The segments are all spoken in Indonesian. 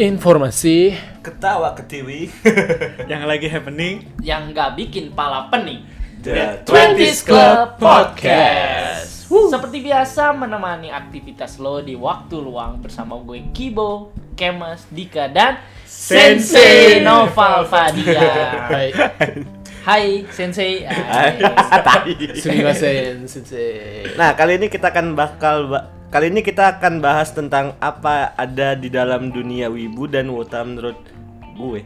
Informasi Ketawa ketiwi yang lagi happening, yang nggak bikin pala pening. The 20s Club Podcast. Seperti biasa menemani aktivitas lo di waktu luang bersama gue Kibo, Kemas, Dika, dan Sensei Noval Fadia. Hai. Hai Sensei. Sumimasen sensei. Nah, kali ini kita akan bahas tentang apa ada di dalam dunia wibu dan wota menurut gue.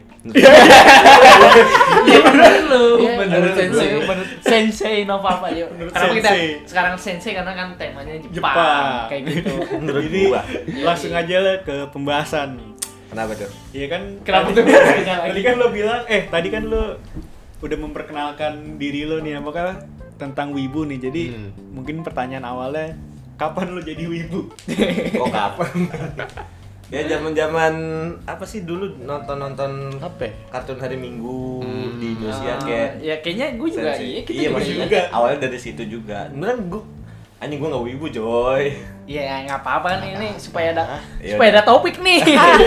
Iya bener lu. Iya, Menurut Sensei. Sensei Noval Fadia. Menurut Kenapa kita Sensei. sekarang Sensei karena kan temanya Jepang. Jepang. Kayak gitu. Menurut Jadi gua. langsung aja lah ke pembahasan. Kenapa tuh? Iya kan? Kenapa tadi- tuh? Tadi kan lo bilang, tadi kan lo udah memperkenalkan diri lo nih, apakah tentang wibu nih. Jadi mungkin pertanyaan awalnya, kapan lo jadi wibu? Kok kapan? Ya zaman-zaman apa sih dulu nonton Apa? kartun hari Minggu di Indosiar kayak Ya kayaknya gue juga Sensei. kita Iya, juga maksudnya iya. awalnya dari situ juga. Beneran gue anjing gue nggak wibu coy. Ya nggak apa-apa kan ini supaya ada Iya, supaya ada topik nih.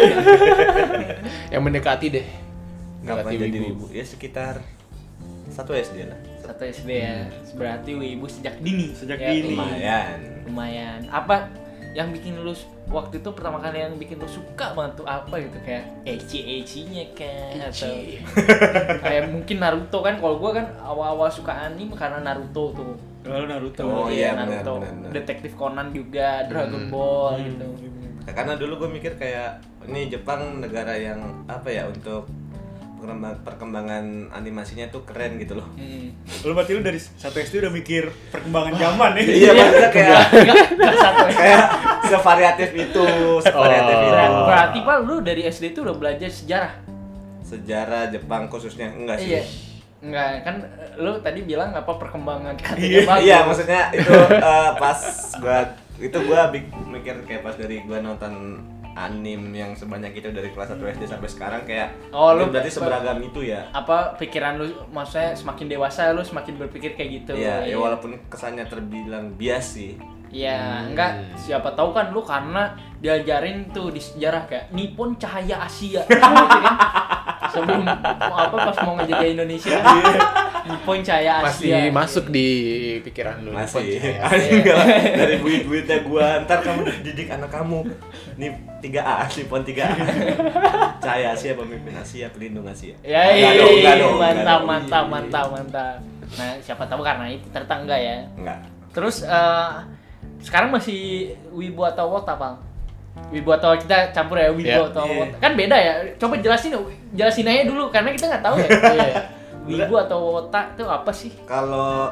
Yang mendekati deh. Kapan Mendekati jadi wibu. wibu? Ya sekitar 1 SD lah. Satu SD ya. Berarti wibu sejak dini. Sejak Ya, dini. Lumayan. Apa yang bikin lu waktu itu pertama kali yang bikin lu suka banget tuh apa gitu kayak ecchi-nya kan atau kayak mungkin Naruto kan kalau gua kan awal-awal suka anime karena Naruto tuh. Lalu Naruto. Oh, iya, Naruto. benar. Detektif Conan juga, Dragon Ball gitu. Karena dulu gue mikir kayak ini Jepang negara yang apa ya untuk perkembangan animasinya tuh keren gitu loh. Lo berarti lo dari 1 SD udah mikir perkembangan zaman ya? Iya, maksudnya kayak Enggak satu. kayak sevariatif itu. Berarti Pak lu dari SD tuh udah belajar sejarah. Sejarah Jepang khususnya enggak sih? Iya. Enggak, kan lu tadi bilang apa perkembangan Iya, katanya bagus. Iya, maksudnya itu pas gua mikir kayak pas dari gua nonton anime yang sebanyak itu dari kelas 1 SD sampai sekarang kayak Oh, lu berarti seberagam itu ya. apa pikiran lu maksudnya semakin dewasa lu semakin berpikir kayak gitu. Iya, ya walaupun kesannya terbilang bias sih. Iya, enggak siapa tahu kan lu karena diajarin tuh di sejarah kayak Nippon Cahaya Asia. Gitu kan? Sebelum apa pas mau ngejajah Indonesia Nippon Cahaya Masih Asia. masuk di pikiran lu. Masih. Nippon Enggak, dari duit-duitnya gua ntar kamu didik anak kamu. Nih 3A, Nippon 3A. Cahaya Asia, pemimpin Asia, pelindung Asia. Ya Enggak dong. mantap. Nah, siapa tahu karena itu ternyata enggak ya. Enggak. Terus sekarang masih wibu atau wota, Bang? Wibu atau kita campur ya wibu Iya. atau Iya. wota. Kan beda ya. Coba jelasin aja dulu karena kita nggak tahu ya. Iya. Wibu atau wota itu apa sih? Kalau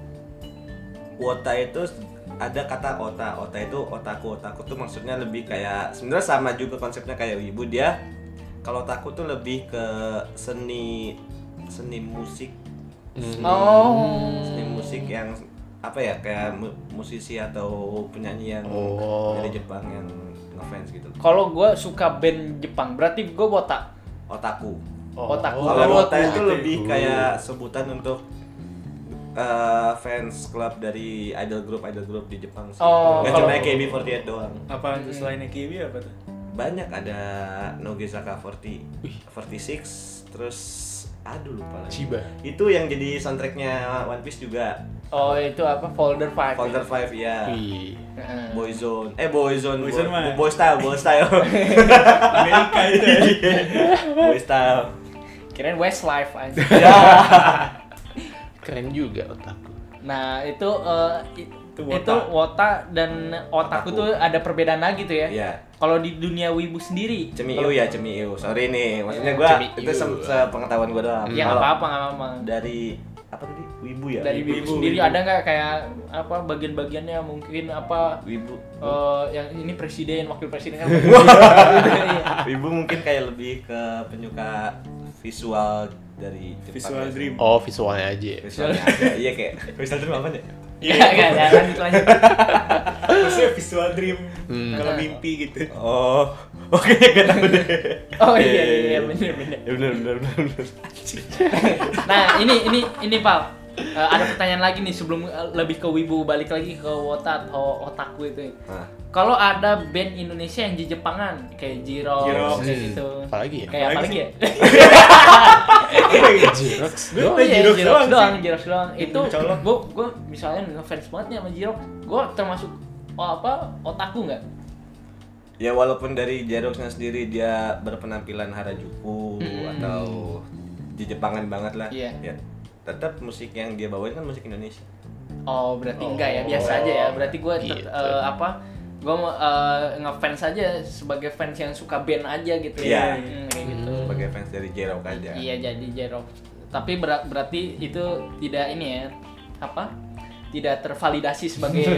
wota itu ada kata ota. Ota itu otaku. Otaku tuh maksudnya lebih kayak sebenarnya sama juga konsepnya kayak wibu. Dia kalau otaku tuh lebih ke seni musik. Seni musik yang apa ya kayak musisi atau penyanyi yang dari Jepang yang ngefans gitu. Kalau gue suka band Jepang, berarti gue wota. Otaku. Otaku. Kalau wota itu gitu. lebih kayak sebutan untuk fans club dari idol group di Jepang sih. Oh, Nggak kalau- cuma AKB48 doang. Apa selain AKB apa tuh? Banyak ada Nogizaka 46, terus aduh lupa lagi. Chiba. Itu yang jadi soundtracknya One Piece juga. Oh, itu apa? Folder 5. Folder 5 ya. Wih. Boyzone mah. Boy Style Amerika itu ya? Boy Style. Kirain Westlife aja. Ya. Keren juga otakku. Nah, itu wota. itu wota dan otaku Otaku. tuh ada perbedaan lagi tuh ya. Iya. Kalau di dunia wibu sendiri, Cemiu ya, Cemiu. Sorry nih, maksudnya gua Cemiu. itu sepengetahuan gua doang. ya nggak Kalau apa-apa. dari apa tadi? Wibu ya? Dari wibu sendiri ada nggak kayak apa bagian-bagiannya mungkin apa Wibu. yang ini presiden, wakil presiden kan? Iya. Wibu mungkin kayak lebih ke penyuka visual dari Jepang. Visual ya. Dream. Oh, visualnya aja. Visualnya ada. Iya kayak visual dream apa nih? Nggak, lanjut. Maksudnya visual dream kalau mimpi gitu. Oh, oke gak tahu deh. Oh iya bener. Ya benar. Nah ini Pal, Ada pertanyaan lagi nih sebelum lebih ke wibu, balik lagi ke wota atau otaku itu. Nah, Kalau ada band Indonesia yang di Jepangan kayak Jirox Jirox. kayak gitu. Apalagi ya? Kayak apa Apalagi lagi ya? Jirox. Gue Iya, Jirox Jirox doang doang, sih. Jirox doang. Itu Colok. gue misalnya ngefans banget nih sama Jirox. Gue termasuk otaku nggak? ya walaupun dari Jiroxnya sendiri dia berpenampilan Harajuku atau di Jepangan banget lah, Iya. ya tetap musik yang dia bawain kan musik Indonesia. Oh berarti enggak ya, biasa aja ya. Berarti gue Gitu. gue ngefans aja sebagai fans yang suka band aja gitu ya. Iya. Kayak gitu. Sebagai fans dari Jirox aja. Iya jadi Jirox. Tapi berarti itu tidak ini ya tidak tervalidasi sebagai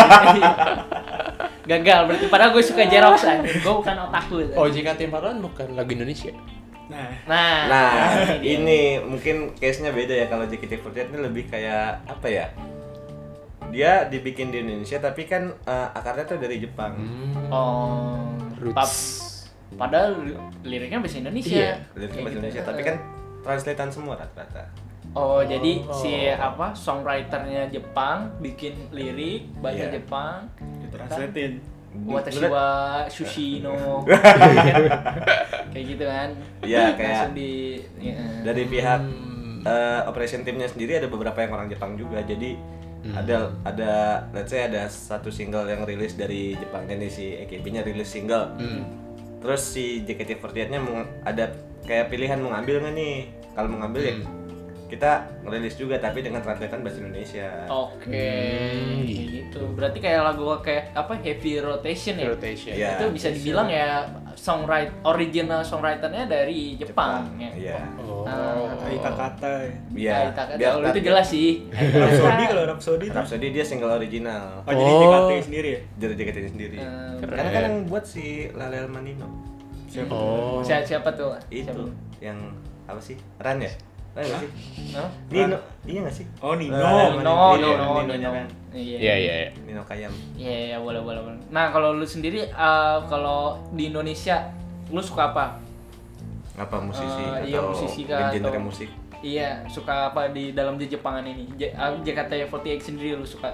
gagal berarti. Padahal gue suka Jirox aja. Gue bukan otaku. Oh, JKT48 bukan lagu Indonesia. Nah, Nah, dia. ini mungkin case-nya beda ya. Kalau JKT48 ini lebih kayak apa ya? Dia dibikin di Indonesia tapi kan akarnya tuh dari Jepang. Oh, Roots. padahal liriknya bahasa Indonesia. Iya, Liriknya Kayak bahasa gitu. Indonesia, tapi kan translatean semua rata-rata. Oh, jadi si songwriternya Jepang bikin lirik bahasa Iya. Jepang. ditranslatein. Watashi wa sushi no kayak gitu kan. Iya, kayak langsung di dari pihak operation teamnya sendiri ada beberapa yang orang Jepang juga. Jadi ada let's say ada satu single yang rilis dari Jepangnya nih, si AKB-nya rilis single. Terus si JKT48-nya ada kayak pilihan mau ngambil nggak nih? Kalau mau ngambil ya kita ngerilis juga tapi dengan translatean bahasa Indonesia. Oke, kayak gitu. Berarti kayak lagu kayak apa heavy rotation ya? Rotation. Iya. Itu bisa dibilang ya original songwriternya dari Jepang ya. Iya. Oh. Kata-kata. Iya. Kalau itu jelas sih. Rhapsody, kalau Rhapsody itu. Rhapsody dia single original Oh, jadi Oh. TKT sendiri ya? dari JKT sendiri. Keren. Karena kan yang buat si Lalel Manino. Siapa? Oh. Siapa tuh? Itu Siapa? yang apa sih? Ran ya? Ran nggak sih? Hah? Nino, iya nggak sih? Oh, Nino. Lalel Nino, Manino, Nino, Ninonya Nino. kan. Iya. Iya, iya, iya. Nino Kayam. Iya, boleh. Nah, kalau lu sendiri kalau di Indonesia lu suka apa? Apa musisi Iya, atau musisi kah, genre atau- musik? Iya, suka apa di dalam Jepangan ini? JKT48 sendiri lu suka?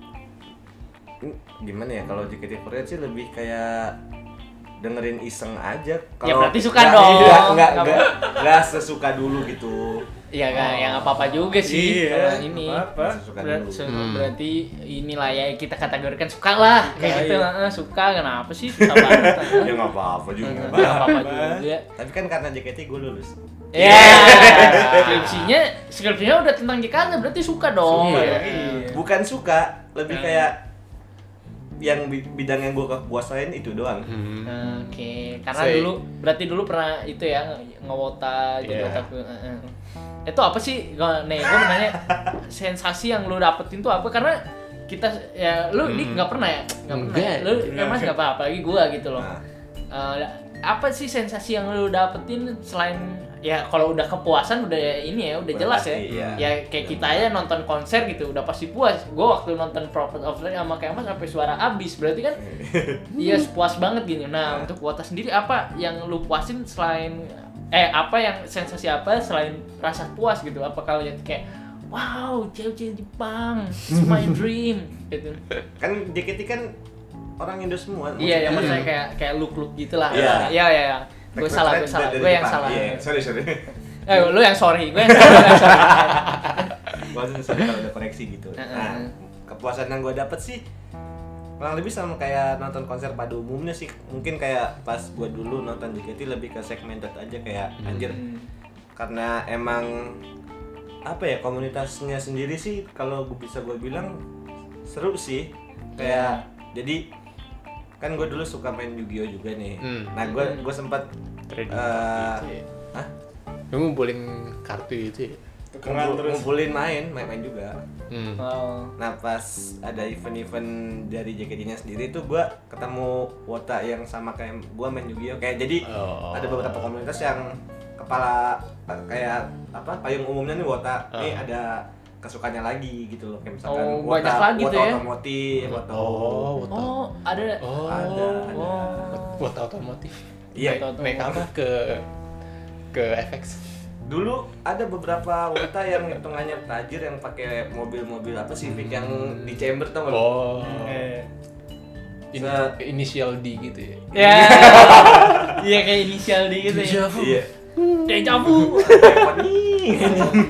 Gimana ya, kalau JKT48 sih lebih kayak dengerin iseng aja. Ya, berarti suka nggak- dong. nggak sesuka dulu gitu. Iya kan, yang apa-apa juga sih Iya, kalau ini. apa-apa. Suka dulu. Berarti inilah ya kita kategorikan suka lah kayak Nah, gitu. iya. Suka kenapa sih? Suka banget. Ya nggak apa-apa juga. Nggak apa-apa juga. Tapi kan karena JKT gue lulus. Ya, skripsinya udah tentang JKT berarti suka dong. Suka, Ya. iya. Bukan suka, lebih kayak yang bidang yang gue kuasain itu doang. Oke, karena Say. berarti dulu pernah itu ya ngewota jadi Iya. otaku. Itu apa sih? Nih, gue mau nanya sensasi yang lu dapetin tuh apa? Karena kita ya lu ini nggak pernah ya? Nggak pernah. Enggak. Lu emang nggak apa-apa lagi gua gitu loh. Nah. Apa sih sensasi yang lu dapetin selain ya kalau udah kepuasan udah ini ya udah Udah jelas pasti, ya. iya. Ya kayak kita aja nonton konser gitu udah pasti puas. Gue waktu nonton Prophet of Rain sama Kemas sampai suara abis berarti kan iya puas banget gini. Nah untuk Wota sendiri apa yang lu puasin selain apa yang sensasi apa selain rasa puas gitu? Apa kalau kayak wow cewek-cewek Jepang it's my dream gitu. Kan JKT kan orang Indo semua. Iya, yang maksudnya. maksudnya kayak look gitu lah. Iya. Iya. Gue salah. Dari Gue yang Jepang. salah. Iya, sorry. Lu yang sorry. Gue yang salah. Maksudnya sorry kalau ada koreksi gitu. Nah, kepuasan yang gue dapet sih kurang lebih sama kayak nonton konser pada umumnya sih. Mungkin kayak pas gue dulu nonton JKT lebih ke segmented aja kayak anjir. Karena emang apa ya, komunitasnya sendiri sih kalau gue bisa gue bilang seru sih. Kayak jadi kan gue dulu suka main Yu-Gi-Oh juga nih. Nah gue sempat Trading eh, gitu ya. hah? Lu ngumpulin kartu itu ya? Tukeran terus. ngumpulin main juga. Oh. Nah pas ada event-event dari JKT-nya sendiri tuh gue ketemu Wota yang sama kayak gue main Yu-Gi-Oh. Kayak jadi ada beberapa komunitas yang kepala kayak apa payung umumnya nih Wota. Nih ada kesukaannya lagi gitu loh, kayak misalkan Oh, banyak lagi Wota tuh ya? otomotif, Wota Wota. Oh, ada. ada. Wota otomotif. Iya, Wota Naik apa ke FX? Dulu ada beberapa wota yang hitungannya tajir yang pakai mobil-mobil apa Civic yang di chamber tau nggak? lu? Oh. Eh, Inisial D gitu ya. Ya. Iya kayak inisial D gitu ya. Iya. Deja vu. Telepon nih.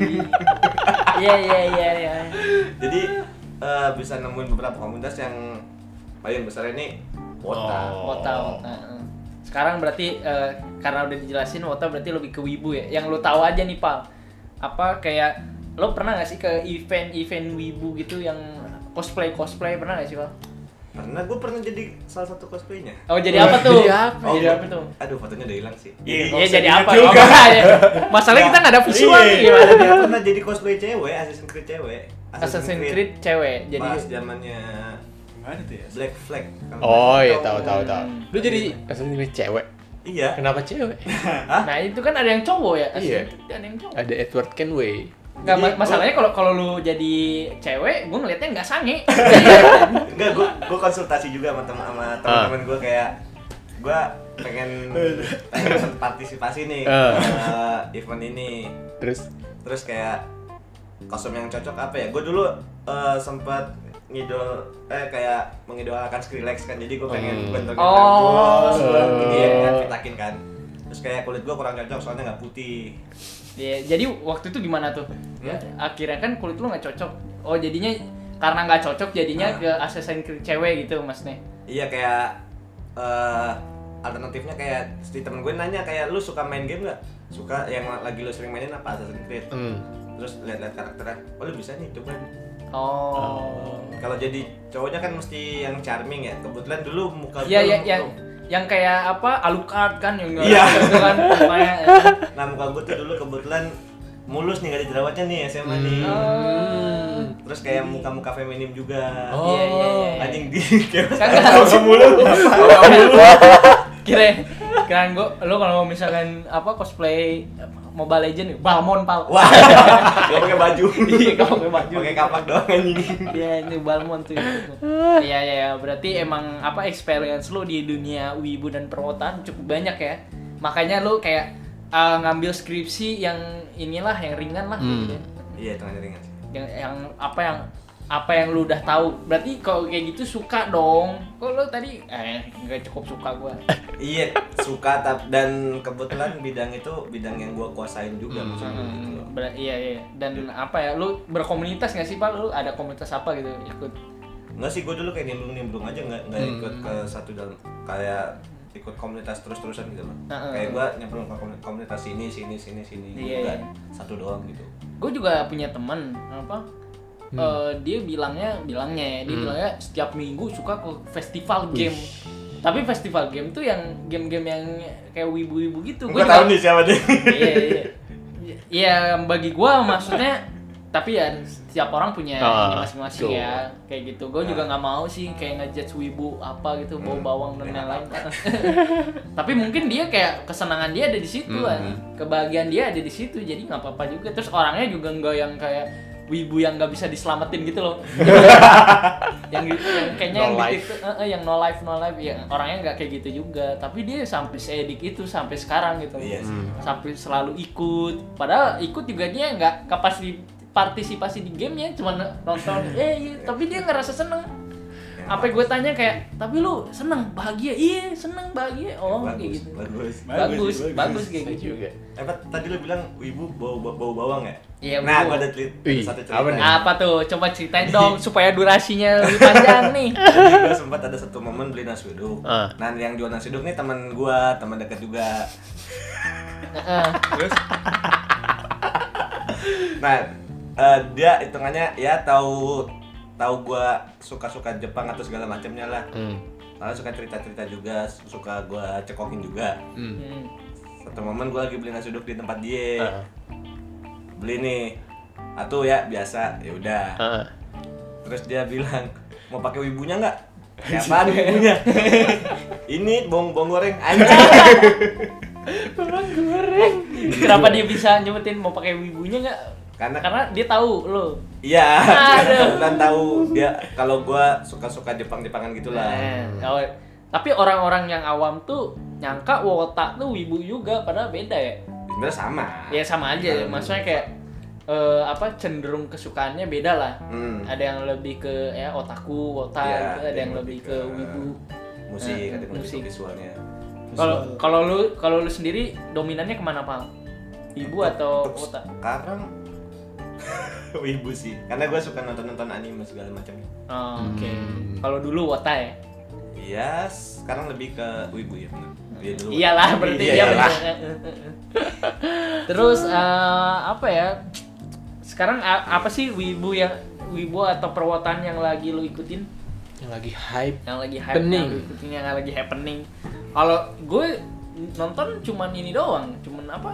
Iya. Jadi bisa nemuin beberapa komunitas yang paling besar ini wota. Wota. Sekarang berarti karena udah dijelasin Wota berarti lebih ke wibu ya. Yang lo tahu aja nih Pal. Apa kayak lo pernah nggak sih ke event wibu gitu yang cosplay pernah nggak sih Pal? Karena gue pernah jadi salah satu cosplaynya. Oh jadi apa tuh? Jadi apa? Jadi apa tuh? Aduh fotonya udah hilang sih. Iya jadi apa? juga. Masalahnya kita nggak ada visual nih Iya, gimana? dia pernah jadi cosplay cewek, Assassin's Creed cewek. Assassin's Creed cewek. Jadi Pas zamannya gimana tuh ya? Black Flag. Kalau Oh nggak iya tahu. tahu. Lu jadi Assassin's cewek. Iya. Kenapa cewek? nah itu kan ada yang cowok ya. Iya. Ada yang cowok. Ada Edward Kenway. Nggak, Jadi, masalahnya kalau lu jadi cewek, gue ngeliatnya nggak sange. Enggak, gue konsultasi juga sama teman-teman gue kayak gue pengen partisipasi nih ke event ini. Terus kayak kostum yang cocok apa ya? Gue dulu sempat kayak mengidolakan Skrillex kan, jadi gue pengen bentuknya bagus, ini kan pitakin kan. Terus kayak kulit gue kurang cocok soalnya nggak putih. Ya, jadi waktu itu gimana tuh? Ya. Akhirnya kan kulit lu nggak cocok. Oh jadinya karena nggak cocok jadinya ke Assassin's Creed cewek gitu maksudnya? Iya kayak alternatifnya kayak si temen gue nanya kayak lu suka main game nggak? Suka yang lagi lu sering mainin apa Assassin's Creed? Terus lihat-lihat karakternya, oh lu bisa nih coba. Oh. Kalau jadi cowoknya kan mesti yang charming ya. Kebetulan dulu muka gue Iya yang kayak apa Alucard kan yang Iya. gitu kan pokoknya. Nah muka gue tuh dulu kebetulan mulus nih, gak ada jerawatnya nih SMA nih. Terus kayak muka-muka feminim juga. Iya. Anjing di kayak Kagak mulu. Kirain lo kalau misalkan apa cosplay Mobile Legend Balmon Pal. Wah, gak pakai baju. Iya, gak pakai baju. Pakai kapak doang anjing. Iya, ini Balmon tuh. Iya, berarti emang apa experience lo di dunia wibu dan perwotaan cukup banyak ya. Makanya lo kayak ngambil skripsi yang inilah yang ringan lah gitu. Iya, itu ringan sih. Yang apa yang lu udah tahu. Berarti kalau kayak gitu suka dong. Kok lu tadi nggak cukup suka gua. Iya, suka dan kebetulan bidang itu bidang yang gua kuasain juga maksudnya gitu loh. Iya. Dan apa ya? Lu berkomunitas nggak sih, Pak? Lu ada komunitas apa gitu ikut? Enggak sih, gua dulu kayak nimbrung aja nggak ikut ke satu dalam kayak ikut komunitas terus-terusan gitu loh. Kayak gua nyemplung ke komunitas sini Iya. Satu doang gitu. Gue juga punya teman apa? Dia bilangnya setiap minggu suka ke festival game. Tapi festival game tuh yang game-game yang kayak wibu-wibu gitu. Gua tahu nih siapa dia. Iya, bagi gua maksudnya tapi ya setiap orang punya ini masing-masing ya. Kayak gitu. Gua juga nggak mau sih kayak ngejudge wibu apa gitu, bau bawang dan lain-lain. Tapi mungkin dia kayak kesenangan dia ada di situ kan. Kebahagiaan dia ada di situ. Jadi nggak apa-apa juga. Terus orangnya juga nggak yang kayak wibu yang nggak bisa diselamatin gitu loh. yang kayaknya no yang gitu yang no life ya orangnya nggak kayak gitu juga, tapi dia sampai seedik itu sampai sekarang gitu. Iya sih. Sampai selalu ikut, padahal ikut juga dia nggak partisipasi di gamenya, cuma nonton tapi dia ngerasa seneng. Apa gue tanya kayak, tapi lu seneng bahagia? Iya seneng bahagia. Oh kayak gitu. Bagus kayak gitu juga. Tadi lu bilang wibu bau bawang ya? Iya. Nah, gua ada satu cerita. Apa tuh? Coba ceritain dong supaya durasinya lebih panjang nih. Gua sempat ada satu momen beli nasi uduk. Nah, yang jual nasi uduk nih teman gua, teman dekat juga. Terus Nah, dia hitungannya ya tahu gua suka Jepang atau segala macamnya lah. Lalu suka cerita juga, suka gua cekokin juga. Satu momen gua lagi beli nasi uduk di tempat dia. Beli nih. Atuh ya biasa, ya udah. Terus dia bilang, "Mau pakai wibunya enggak?" Kapan wibunya? Ini bawang goreng anjing. Bawang goreng. Kenapa dia bisa nyebutin mau pakai wibunya enggak? Karena dia tahu lo. Iya. Dan tahu dia kalau gua suka Jepang-Jepangan gitulah. Tapi orang-orang yang awam tuh nyangka Wota tuh wibu juga, padahal beda ya. sebenarnya sama. Ya sama aja, maksudnya kayak cenderung kesukaannya beda lah. Ada yang lebih ke ya otaku, Iya, ada yang lebih ke wibu. Musik, ada musik. visualnya. Kalau lu sendiri dominannya kemana, Pal? Wibu atau Untuk otak? sekarang wibu sih, karena gue suka nonton anime segala macam. Oh, oke. Kalau dulu wota ya? Iya, sekarang lebih ke wibu ya benar. Iya dulu. Iyalah berarti Iya, dia iyalah. bener. Terus apa ya? Sekarang apa sih wibu atau perwotan yang lagi lu ikutin? Yang lagi hype. Yang lagi hype, Happening. yang lu ikutin, yang lagi happening. Kalau gue nonton cuman ini doang, cuman apa?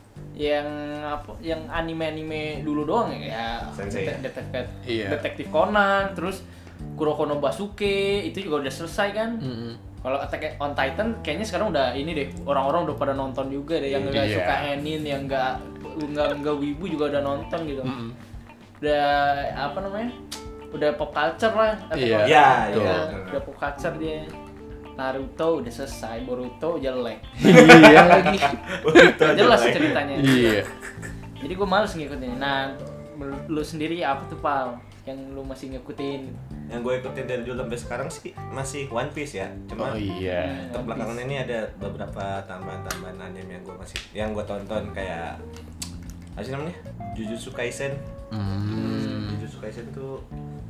Yang anime dulu doang ya. Sensei ya? Iya. Detektif Conan, terus Kuroko no Basuke itu juga udah selesai kan? Kalau Attack on Titan kayaknya sekarang udah ini deh, orang-orang udah pada nonton juga deh, yang nggak Iya. suka anime, yang nggak wibu juga udah nonton gitu. Udah apa namanya? Udah pop culture lah. Attack Iya. on Iya, Titan. iya. Udah pop culture dia. Naruto udah selesai, Boruto jelek. Iya lagi. Jelas ceritanya. Iya. Jadi gue males ngikutin. Nah, menurut lu sendiri apa tuh, Pal? Yang lu masih ngikutin? Yang gue ikutin dari dulu sampai sekarang sih masih One Piece ya. Cuma Oh iya. untuk belakangan ini ada beberapa tambahan anime yang gue tonton kayak apa sih namanya? Jujutsu Kaisen. Jujutsu Kaisen tuh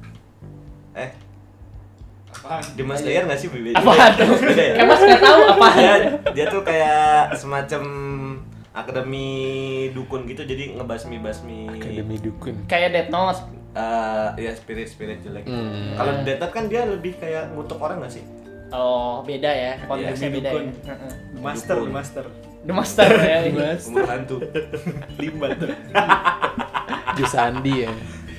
Apaan? Demon Slayer nggak sih? Apaan tuh? Beda ya? Kayak Mas nggak tahu apaan. Dia tuh kayak semacam akademi dukun gitu, jadi ngebasmi Akademi Dukun. Kayak Death Note. ya spirit jelek. Kalau Death Note kan dia lebih kayak ngutuk orang nggak sih? Oh, beda ya. Konteksnya beda ya. dukun. The Master. The Master ya. Umur hantu. Limbal tuh. Jusandi ya.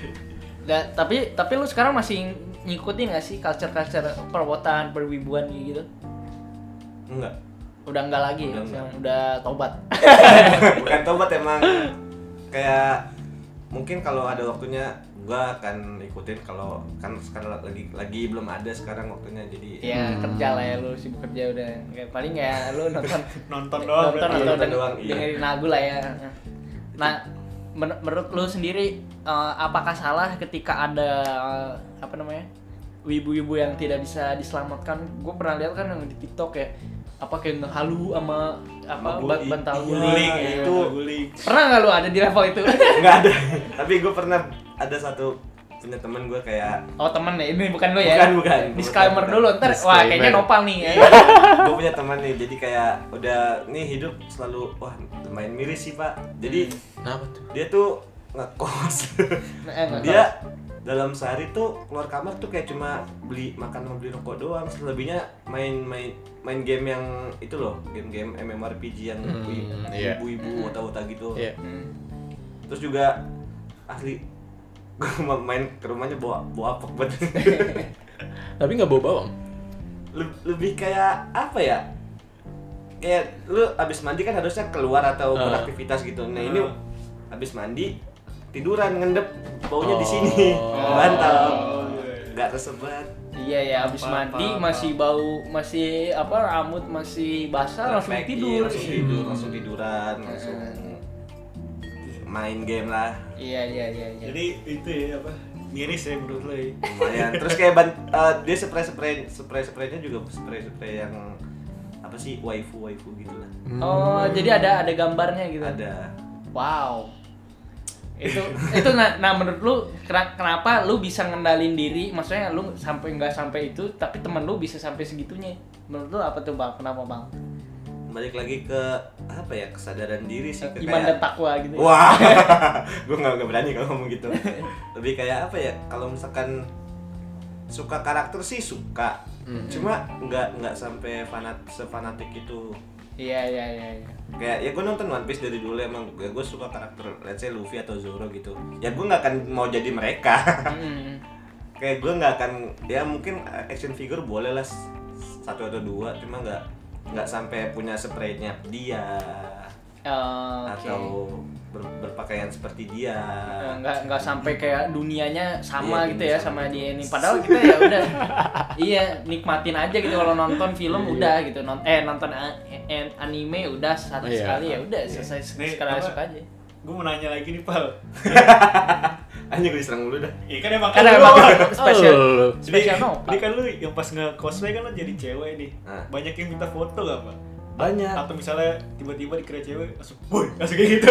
Tapi lu sekarang masih ngikutin nggak sih culture perwotan, perwibuan gitu? Enggak. Udah enggak lagi, Udah enggak. udah tobat. Bukan tobat emang, kayak mungkin kalau ada waktunya gua akan ikutin, kalau kan sekarang lagi belum ada sekarang waktunya, jadi Ya kerja lah ya, lu sibuk kerja udah. Kayak paling ya lu nonton Nonton doang. nonton berarti. atau nonton doang, iya. dengerin lagu lah ya. Nah, menurut lu sendiri apakah salah ketika ada wibu-wibu yang tidak bisa diselamatkan? Gue pernah lihat kan yang di TikTok ya, kayak ngehalu sama bully. bantal Iya. guling itu. guling. Pernah nggak lu ada di level itu? nggak ada. Tapi gue pernah ada punya temen gue kayak Temen ya, ini bukan lu ya? Bukan. Disclaimer Bukan. dulu, ntar wah kayaknya nopal nih ya. Gue punya teman nih, jadi kayak udah nih hidup selalu lumayan miris sih pak. Jadi Kenapa tuh? dia tuh ngekos. Dia dalam sehari tuh keluar kamar tuh kayak cuma beli makan sama beli rokok doang. Selebihnya main game yang itu loh, game MMORPG yang iya. ibu-ibu wota-wota gitu. Iya. Terus juga asli gue main ke rumahnya bawa apek banget. Tapi nggak bawa bawang. Lebih kayak apa ya? Kayak lu abis mandi kan harusnya keluar atau beraktivitas gitu. Nah ini abis mandi tiduran ngendep baunya di sini. Bantal. Nggak kesebat. Iya ya, abis mandi masih bau, masih rambut masih basah, langsung Perfect, tidur. langsung tiduran, langsung main game lah. Iya. Jadi itu ya apa? Miris ya menurut lo ya. Lumayan. Terus kayak dia spray-spraynya juga spray yang apa sih, waifu gitu lah. Oh, jadi ada gambarnya gitu. Ada. Wow. Itu nah menurut lu kenapa lu bisa ngendalin diri? Maksudnya lu nggak sampai itu, tapi temen lu bisa sampai segitunya. Menurut lu apa tuh, Bang? Kenapa, Bang? Balik lagi ke apa ya, kesadaran diri sih, ke Iman dan takwa gitu. Wah, gue nggak berani kalau ngomong gitu. Lebih kayak apa ya? Kalau misalkan suka karakter sih suka, cuma nggak sampai sefanatik itu. Iya. Kayak ya gue nonton One Piece dari dulu, emang gue suka karakter, let's say Luffy atau Zoro gitu. Ya gue nggak akan mau jadi mereka. Kayak gue nggak akan, ya mungkin action figure boleh lah 1 atau 2, cuma nggak sampai punya spraynya dia. Oh, oke. Atau berpakaian seperti dia. Nggak sampai kayak dunianya sama Iya, gitu dunia ya sama dia ini. Padahal kita ya udah iya nikmatin aja gitu kalau nonton film udah gitu. Nonton anime udah satu Iya. sekali ya udah selesai Nih, sekali apa? suka aja. Gue mau nanya lagi nih, Pal. Anjing gue diserang dulu dah. Iya kan emang Karena lu. emang spesial Oh. spesial Jadi, no. Ini kan lu yang pas nge-cosplay kan lu jadi cewek nih. Ah. Banyak yang minta foto gak, Pak? Banyak. Atau misalnya tiba-tiba dikira cewek langsung, "Boy," langsung kayak gitu.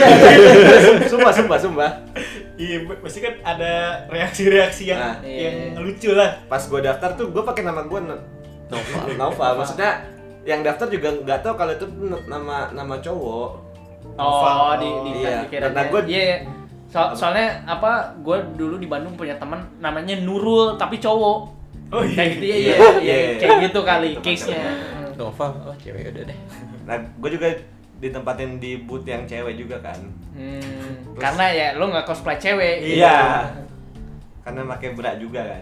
Sumpah. Iya, pasti kan ada reaksi-reaksi yang Nah. yang lucu lah. Pas gue daftar tuh gue pakai nama gue Nova. Maksudnya yang daftar juga nggak tahu kalau itu nama cowok. Oh, Iya. dikira. Karena gua- Iya. Soalnya apa? Gue dulu di Bandung punya teman namanya Nurul tapi cowok. Oh iya. Kayak gitu ya, Iya, iya, iya. kayak gitu kali Teman case-nya. Nova, oh cewek udah deh. Nah gue juga ditempatin di booth yang cewek juga kan. Karena ya lo nggak cosplay cewek. Iya. Karena pakai bra juga kan.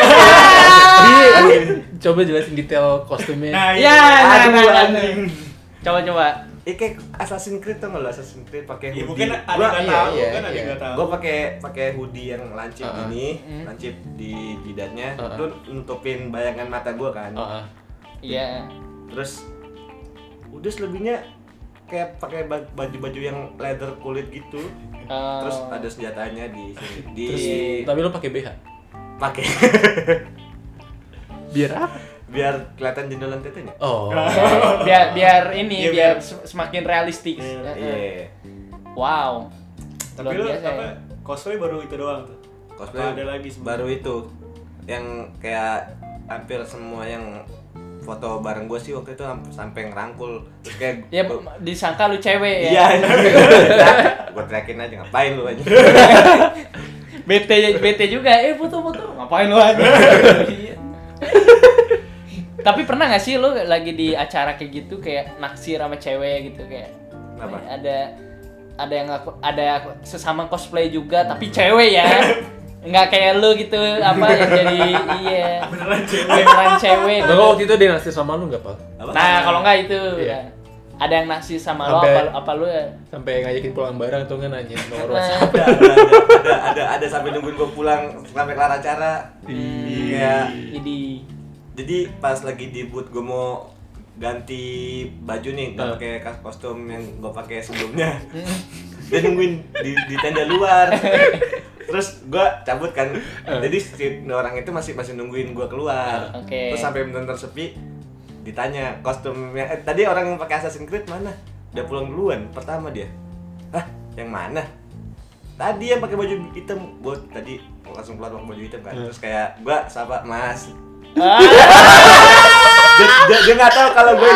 Coba jelasin detail kostumnya. Nah, Ya, iya. nah. anjing. Coba. Kayak Assassin's Creed tuh nggak lo Assassin's Creed pakai Ya, hoodie. mungkin ada Gua- nggak iya, tahu iya, kan, ada iya. nggak tahu. Gue pakai hoodie yang lancip gini, lancip di jidatnya, itu nutupin bayangan mata gue kan. Iya. Terus udah selebihnya kayak pakai baju-baju yang leather kulit gitu. Terus ada senjatanya di sini. Terus tapi lo pakai BH. Pakai Biar apa? biar kelihatan jendelan tetenya. Oh. biar ini Iya, biar biar- semakin realistis. Iya. Wow. Tapi Luar lu biasa apa? ya. Cosplay baru itu doang tuh. Cosplay Apa ada lagi sebelum- baru itu yang kayak hampir semua yang foto bareng gue sih waktu itu sampai ngerangkul terus kayak Ya disangka lu cewek iya ya. gue teriakin aja ngapain lu aja. bete juga. Foto-foto. Ngapain lu aja? Iya. Tapi pernah gak sih lu lagi di acara kayak gitu kayak naksir sama cewek gitu kayak Apa? ada yang ada sesama cosplay juga tapi cewek ya. Nggak kayak lu gitu apa yang jadi beneran cewek. Lo waktu itu dia naksir sama lu nggak, Pak? Nah, kalau nggak itu Iya. ya. Ada yang naksir sama lo Sampai- apa lu ya? Sampai ngajakin pulang bareng atau nggak nanya nomor Nah. WhatsApp? ada sampai nungguin gue pulang sampai kelar acara. Kayak jadi pas lagi di booth gue mau ganti baju nih, nggak pakai kostum yang gue pakai sebelumnya. Dia nungguin di tenda luar. Terus gue cabut kan. Jadi si orang itu masih nungguin gue keluar. Oke. Terus sampai benar-benar sepi. Ditanya kostumnya. Tadi orang yang pakai Assassin's Creed mana? Udah pulang duluan. Pertama dia. Hah? Yang mana? Tadi yang pakai baju hitam. Gue tadi langsung keluar pakai baju hitam kan. Terus kayak gue sapa Mas. Dia nggak tahu kalau gue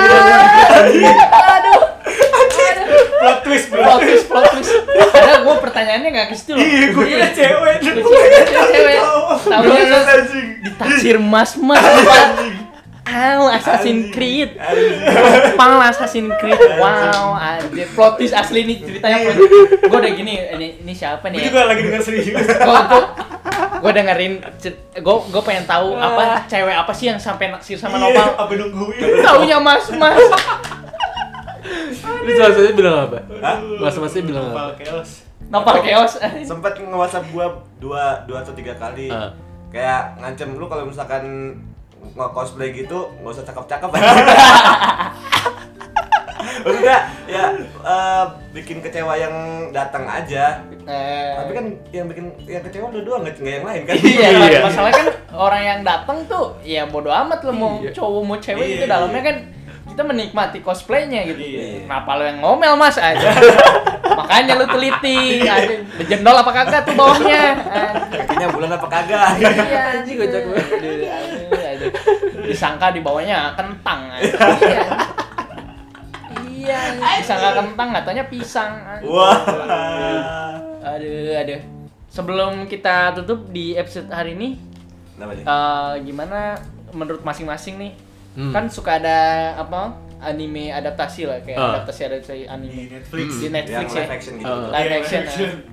Plot twist. Padahal gue pertanyaannya nggak ke situ loh. Iya, gue kira cewek. Cewek. Tahunya lu ditaksir mas. Assassin's Creed. Pang Assassin's Creed. Wow, anjir. Plot twist asli nih ceritanya. Gue udah gini, ini siapa Gue nih? juga lagi dengar serius. Gue dengerin, gue pengen tahu apa cewek apa sih yang sampai naksir sama Nopal. Apa nungguin? Taunya mas. Ini salah satunya bilang apa? Mas-masnya bilang Nopal apa? chaos. Nopal chaos. Sempet nge-WhatsApp gue 2 atau 3 kali. Kayak ngancem lu kalau misalkan nge-cosplay gitu nggak usah cakep-cakep aja. Maksudnya ya bikin kecewa yang datang aja. Tapi kan yang bikin yang kecewa lu doang, nggak yang lain kan. Iya, masalahnya kan orang yang datang tuh ya bodo amat lo mau cowok mau cewek itu dalamnya kan kita menikmati cosplaynya gitu. Kenapa lo yang ngomel mas aja? Makanya lu teliti, jendol apa kagak tuh bawahnya? Kakinya bulan apa kagak? Iya, anjing gocek banget. Disangka di bawahnya kentang. Iya, disangka kentang, katanya pisang. Wah. Aduh. Sebelum kita tutup di episode hari ini, gimana menurut masing-masing nih? Kan suka ada apa? Anime adaptasi lah, kayak adaptasi anime Di Netflix Yang ya. live action gitu. Live action.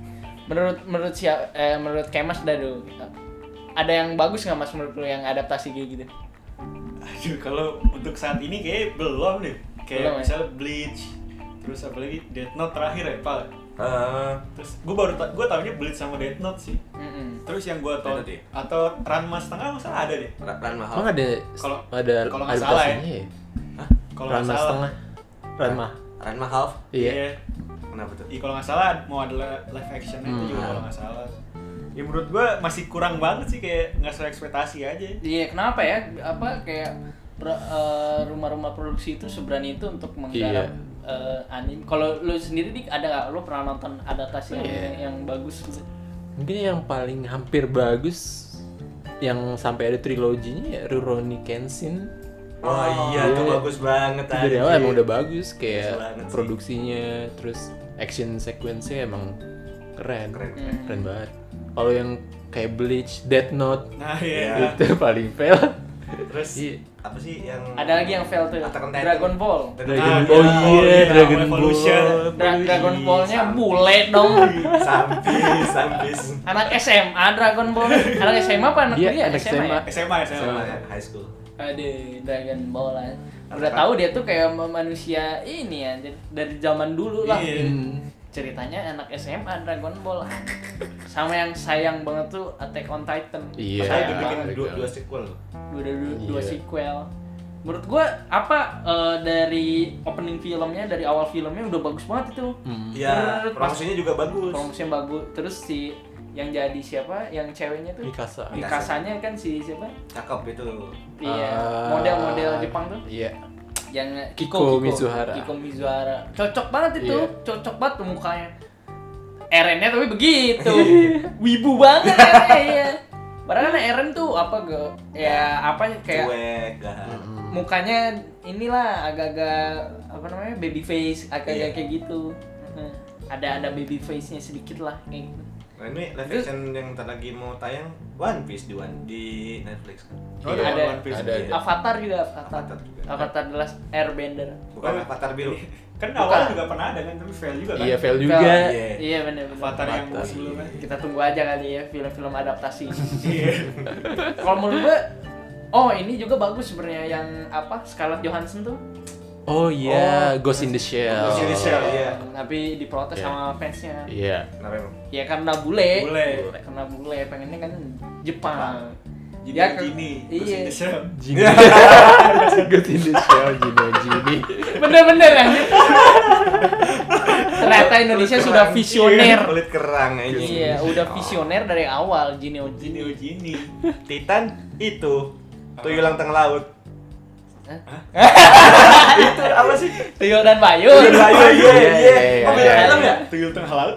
Menurut Kemas dah dulu. Ada yang bagus nggak mas menurut lu yang adaptasi kayak gitu? Aduh, kalau untuk saat ini kayak belum deh. Kayak Belum, ya? misalnya Bleach, terus apalagi Death Note terakhir ya, Pak. Terus gue taunya Bleach sama Death Note sih. Terus yang gue tau Death Note ya? atau Ranma setengah masa ada deh. Ranma Emang Half. ada kalau nggak salah ya. adaptasinya Kalau nggak Ranma salah. setengah. Ranma. Ranma Half. Iya. Kenapa tuh? Iya kalau nggak salah mau ada live action itu juga kalau nggak salah. Ya menurut gue masih kurang banget sih, kayak nggak sesuai ekspektasi aja. Iya, kenapa ya? Apa kayak rumah-rumah produksi itu seberani itu untuk menggarap anime. Kalau lu sendiri dik ada nggak? Lu pernah nonton adaptasi yang bagus gitu? Mungkin yang paling hampir bagus yang sampai ada triloginya ya Rurouni Kenshin. Oh iya, itu iya. bagus banget Itu dari awal emang udah bagus, Bagus kayak banget sih. produksinya, terus action sequence-nya emang keren. Keren. Keren banget. Kalau yang kayak Bleach, Death Note Nah Iya. itu paling fail. Terus Iya. apa sih yang Ada lagi yang fail tuh, Attack on Titan. Dragon Ball. Dragon Ah, Ball, iya, iya, Dragon Evolution. Ball. Dragon Ball-nya Sampai. bule dong. Sampis. Anak SMA Dragon Ball. Anak SMA apa anak Iya, kuliah? anak SMA ya? SMA. Sama high school. Aduh, Dragon Ball lah. Udah tahu dia tuh kayak manusia ini ya, dari zaman dulu lah. Iya. Ceritanya anak SMA Dragon Ball. Sama yang sayang banget tuh Attack on Titan. Iya. Saya udah Sayang bikin banget. dua sequel loh. Dua Iya. sequel. Menurut gua apa dari opening filmnya, dari awal filmnya udah bagus banget itu. Iya, Terus pas promosinya juga bagus. promosinya bagus. Terus si yang jadi siapa? Yang ceweknya tuh? Mikasa. Mikasanya kan si siapa? Cakep itu. Iya, model-model Jepang tuh. Iya. Yang Kiko Mizuhara. Kiko Mizuhara. Cocok banget itu. Iya. Cocok banget tuh mukanya. Eren-nya tapi begitu. Wibu banget ya. Padahal kan Eren tuh apa ya apa kayak Cuek, gahar. mukanya inilah agak-agak apa namanya baby face agak-agak Iya. kayak gitu. Ada baby face-nya sedikit lah kayak gitu. Nah ini live action yang ntar lagi mau tayang One Piece di Netflix kan? Oh, Iya, ada ada- One Piece. ada. Iya. Avatar juga Avatar juga. Avatar The Last Airbender. Bukan Avatar biru. Kan awalnya juga pernah ada kan, tapi fail juga kan. Iya, fail juga. Iya. Iya benar. Avatar yang Avatar. sebelumnya. Kita tunggu aja kali ya film-film adaptasi. Iya. Kalau menurut gue, ini juga bagus sebenarnya yang apa Scarlett Johansson tuh. Oh iya, Ghost in the Shell. Ghost in the Shell, iya. Tapi diprotes Iya. sama fansnya. Iya. Kenapa emang? Ya karena bule. Bule. Karena bule pengennya kan Jepang. Jadi Ya, gini, iya. Ghost in the Shell. Gini. Ghost in the Shell, Gini. Bener-bener ya. Ternyata Indonesia Kulit sudah kerang. visioner. Kulit kerang aja. Iya, udah visioner dari awal Jinio Gini, Jini. gini. Titan itu tuyul yang tengah laut. Itu apa sih? Tuyul dan Bayu. Iya. iya, Oh, beda iya. film ya? Tuyul tengah laut.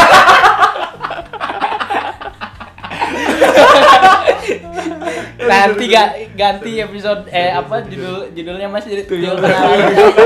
Nanti ganti episode apa judulnya Mas jadi tuyul tengah laut.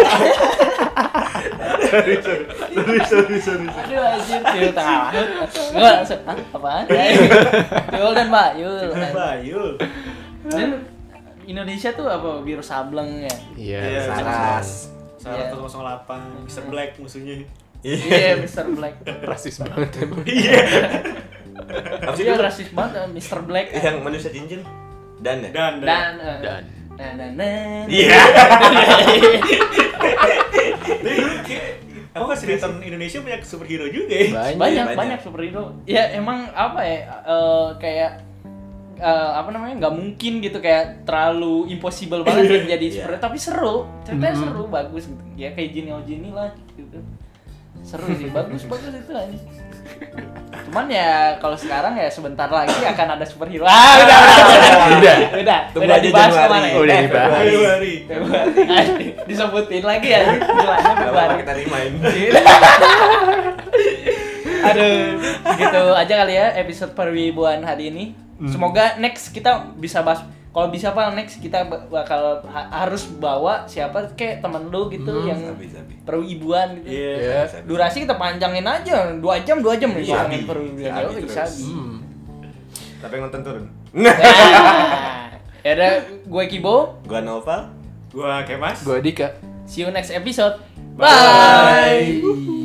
Sorry. Aduh anjir tuyul tengah laut. Enggak langsung apaan? Tuyul dan Bayul. Bayul. Dan Indonesia tuh apa biru sableng ya? Iya. Iya, Saras. Salah Iya. 008, Mr. Black musuhnya. Iya, Mr. Black. Rasis banget emang. Iya. Apa sih Dia itu? rasis banget Mr. Black. Yang manusia cincin? Dan ya? Dan. Dan Nah. Iya. Apa sinetron Indonesia banyak superhero juga ya? banyak. banyak superhero. Ya emang apa ya kayak apa namanya nggak mungkin gitu kayak terlalu impossible banget buat jadi Iya. superhero tapi seru ceritanya seru bagus gitu ya kayak Jinny lah gitu seru sih bagus itu aja. Cuman ya kalau sekarang ya sebentar lagi akan ada superhero. Udah Tunggu aja dibahas Januari. kemana ya? Udah dibahas. Februari. Februari. Disebutin lagi ya bulannya Gak apa-apa Februari. kita rimain. Aduh, gitu aja kali ya episode perwibuan hari ini. Semoga next kita bisa bahas. Kalau bisa Pak, next kita bakal harus bawa siapa kayak temen lu gitu yang Sabi. perwibuan gitu. Iya. Iya. Durasi kita panjangin aja 2 jam nih Iya, ngomongin Sabi. perwibuan. Sabi Yoi, terus. sabi. Tapi yang nonton turun. Ya udah, gue Kibo. Gua Nova. Gua Kemas. Gua Dika. See you next episode. Bye. Bye.